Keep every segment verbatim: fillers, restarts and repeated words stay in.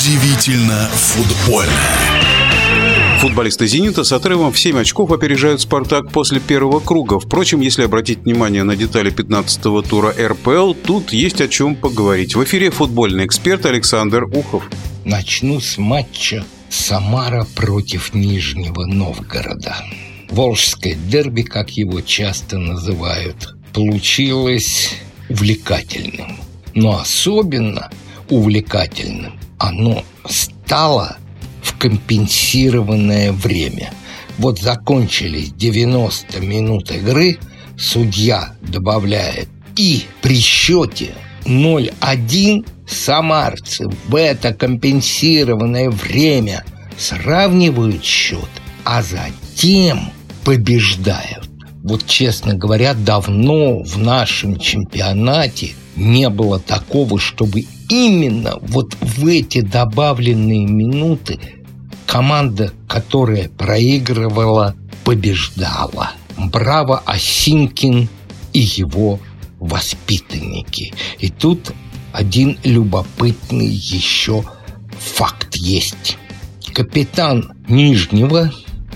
Удивительно футбольно. Футболисты «Зенита» с отрывом в семь очков опережают «Спартак» после первого круга. Впрочем, если обратить внимание на детали пятнадцатого тура эр пэ эл, тут есть о чем поговорить. В эфире футбольный эксперт Александр Ухов. Начну с матча «Самара» против Нижнего Новгорода. Волжское дерби, как его часто называют, получилось увлекательным. Но особенно увлекательным оно стало в компенсированное время. Вот закончились девяносто минут игры, судья добавляет, и при счете ноль один самарцы в это компенсированное время сравнивают счет, а затем побеждают. Вот, честно говоря, давно в нашем чемпионате не было такого, чтобы именно вот в эти добавленные минуты команда, которая проигрывала, побеждала. Браво, Осинкин и его воспитанники. И тут один любопытный еще факт есть. Капитан Нижнего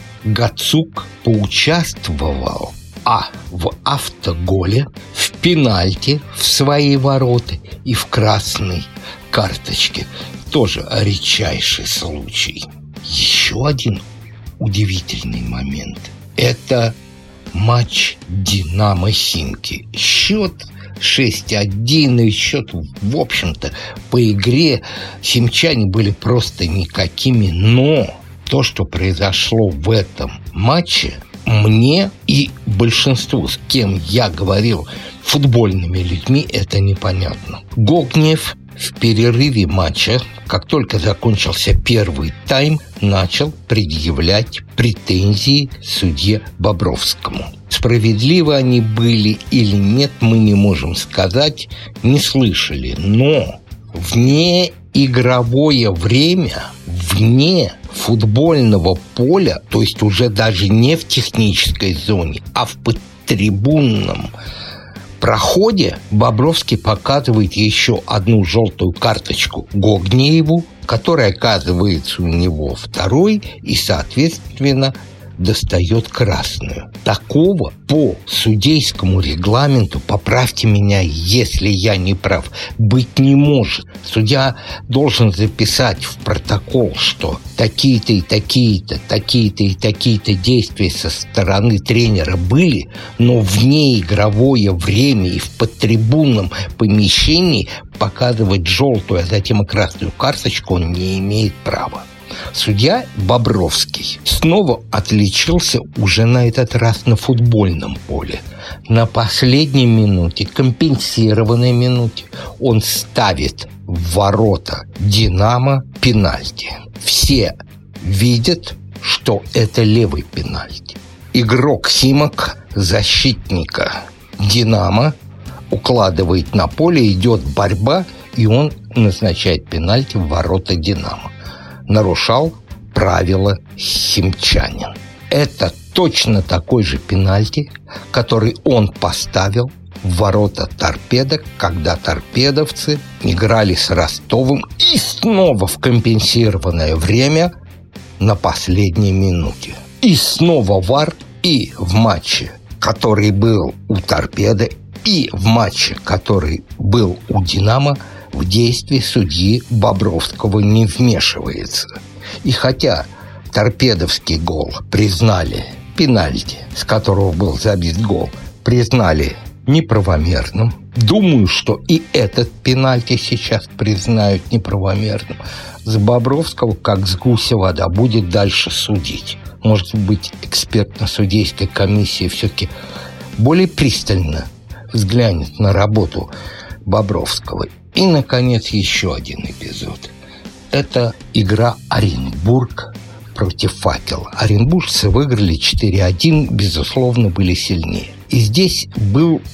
Гацук поучаствовал а в автоголе, в пенальти в свои ворота и в красной карточке. Тоже редчайший случай. Еще один удивительный момент. Это матч «Динамо-Химки». Счет шесть один, и счет, в общем-то, по игре химчане были просто никакими. Но то, что произошло в этом матче, мне и большинству, с кем я говорил, футбольными людьми, это непонятно. Гогнев в перерыве матча, как только закончился первый тайм, начал предъявлять претензии судье Бобровскому. Справедливы они были или нет, мы не можем сказать, не слышали. Но вне игровое время, вне футбольного поля, то есть уже даже не в технической зоне, а в подтрибунном проходе, Бобровский показывает еще одну желтую карточку Гогнееву, которая оказывается у него второй и, соответственно, достает красную. Такого по судейскому регламенту, поправьте меня, если я не прав, быть не может. Судья должен записать в протокол, что такие-то и такие-то, такие-то и такие-то действия со стороны тренера были, но вне игровое время и в подтрибунном помещении показывать желтую, а затем и красную карточку он не имеет права. Судья Бобровский снова отличился уже на этот раз на футбольном поле. На последней минуте, компенсированной минуте, он ставит в ворота «Динамо» пенальти. Все видят, что это левый пенальти. Игрок Химок, защитника «Динамо», укладывает на поле, идет борьба, и он назначает пенальти в ворота «Динамо». Нарушал правила химчанин. Это точно такой же пенальти, который он поставил в ворота «Торпедо», когда торпедовцы играли с Ростовом, и снова в компенсированное время на последней минуте. И снова ВАР, и в матче, который был у «Торпедо», и в матче, который был у «Динамо», в действии судьи Бобровского не вмешивается. И хотя торпедовский гол признали, пенальти, с которого был забит гол, признали неправомерным, думаю, что и этот пенальти сейчас признают неправомерным. С Бобровского, как с гуся вода, будет дальше судить. Может быть, экспертно-судейская комиссия все-таки более пристально взглянет на работу Бобровского. И, наконец, еще один эпизод. Это игра Оренбург против «Факела». Оренбуржцы выиграли четыре один, безусловно, были сильнее. И здесь был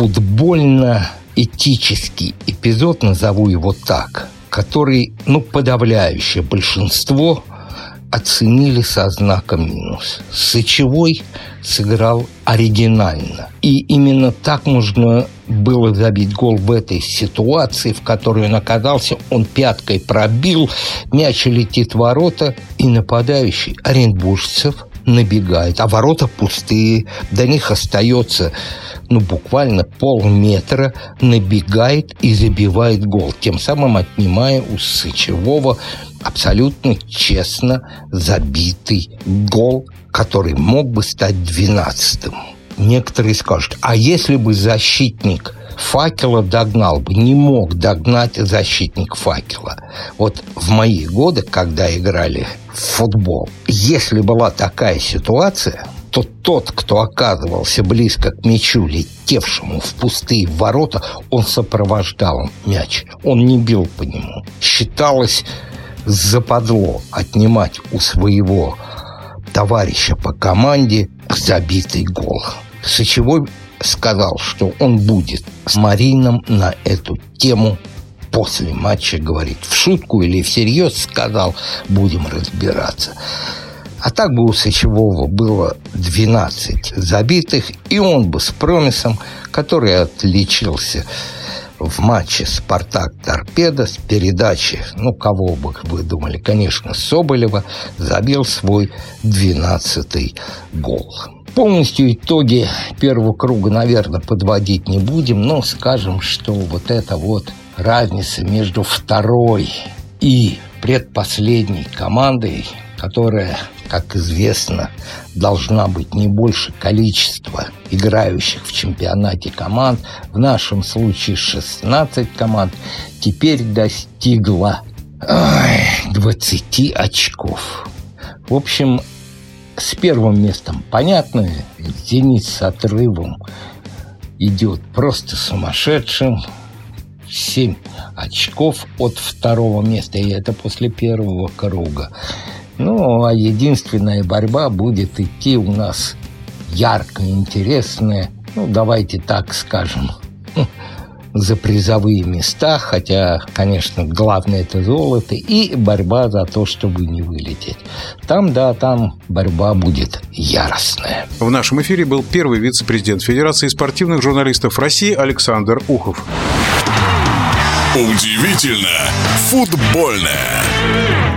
футбольно-этический эпизод, назову его так, который, ну, подавляющее большинство оценили со знаком минус. Сычевой сыграл оригинально. И именно так можно было забить гол в этой ситуации, в которой он оказался. Он пяткой пробил, мяч летит в ворота, и нападающий оренбуржцев набегает. А ворота пустые, до них остается ну, буквально полметра, набегает и забивает гол, тем самым отнимая у Сычевого абсолютно честно забитый гол, который мог бы стать двенадцатым. Некоторые скажут, а если бы защитник Факела догнал бы? Не мог догнать защитник Факела. Вот в мои годы, когда играли в футбол, если была такая ситуация, то тот, кто оказывался близко к мячу, летевшему в пустые ворота, он сопровождал мяч. Он не бил по нему. Считалось западло отнимать у своего товарища по команде забитый гол. Сычевой сказал, что он будет с Марином на эту тему после матча говорить. В шутку или всерьез сказал, будем разбираться. А так бы у Сычевого было двенадцать забитых, и он бы с Промисом, который отличился в матче «Спартак-Торпедо» с передачи, ну, кого бы вы думали, конечно, Соболева, забил свой двенадцатый гол. Полностью итоги первого круга, наверное, подводить не будем, но скажем, что вот эта вот разница между второй и предпоследней командой, которая, как известно, должна быть не больше количества играющих в чемпионате команд, в нашем случае шестнадцать команд, теперь достигла ой, двадцати очков. В общем, с первым местом понятно, «Зенит» с отрывом идет просто сумасшедшим. семь очков от второго места, и это после первого круга. Ну, а единственная борьба будет идти у нас яркая, интересная, ну, давайте так скажем, за призовые места, хотя, конечно, главное это золото, и борьба за то, чтобы не вылететь. Там, да, там борьба будет яростная. В нашем эфире был первый вице-президент Федерации спортивных журналистов России Александр Ухов. Удивительно футбольное.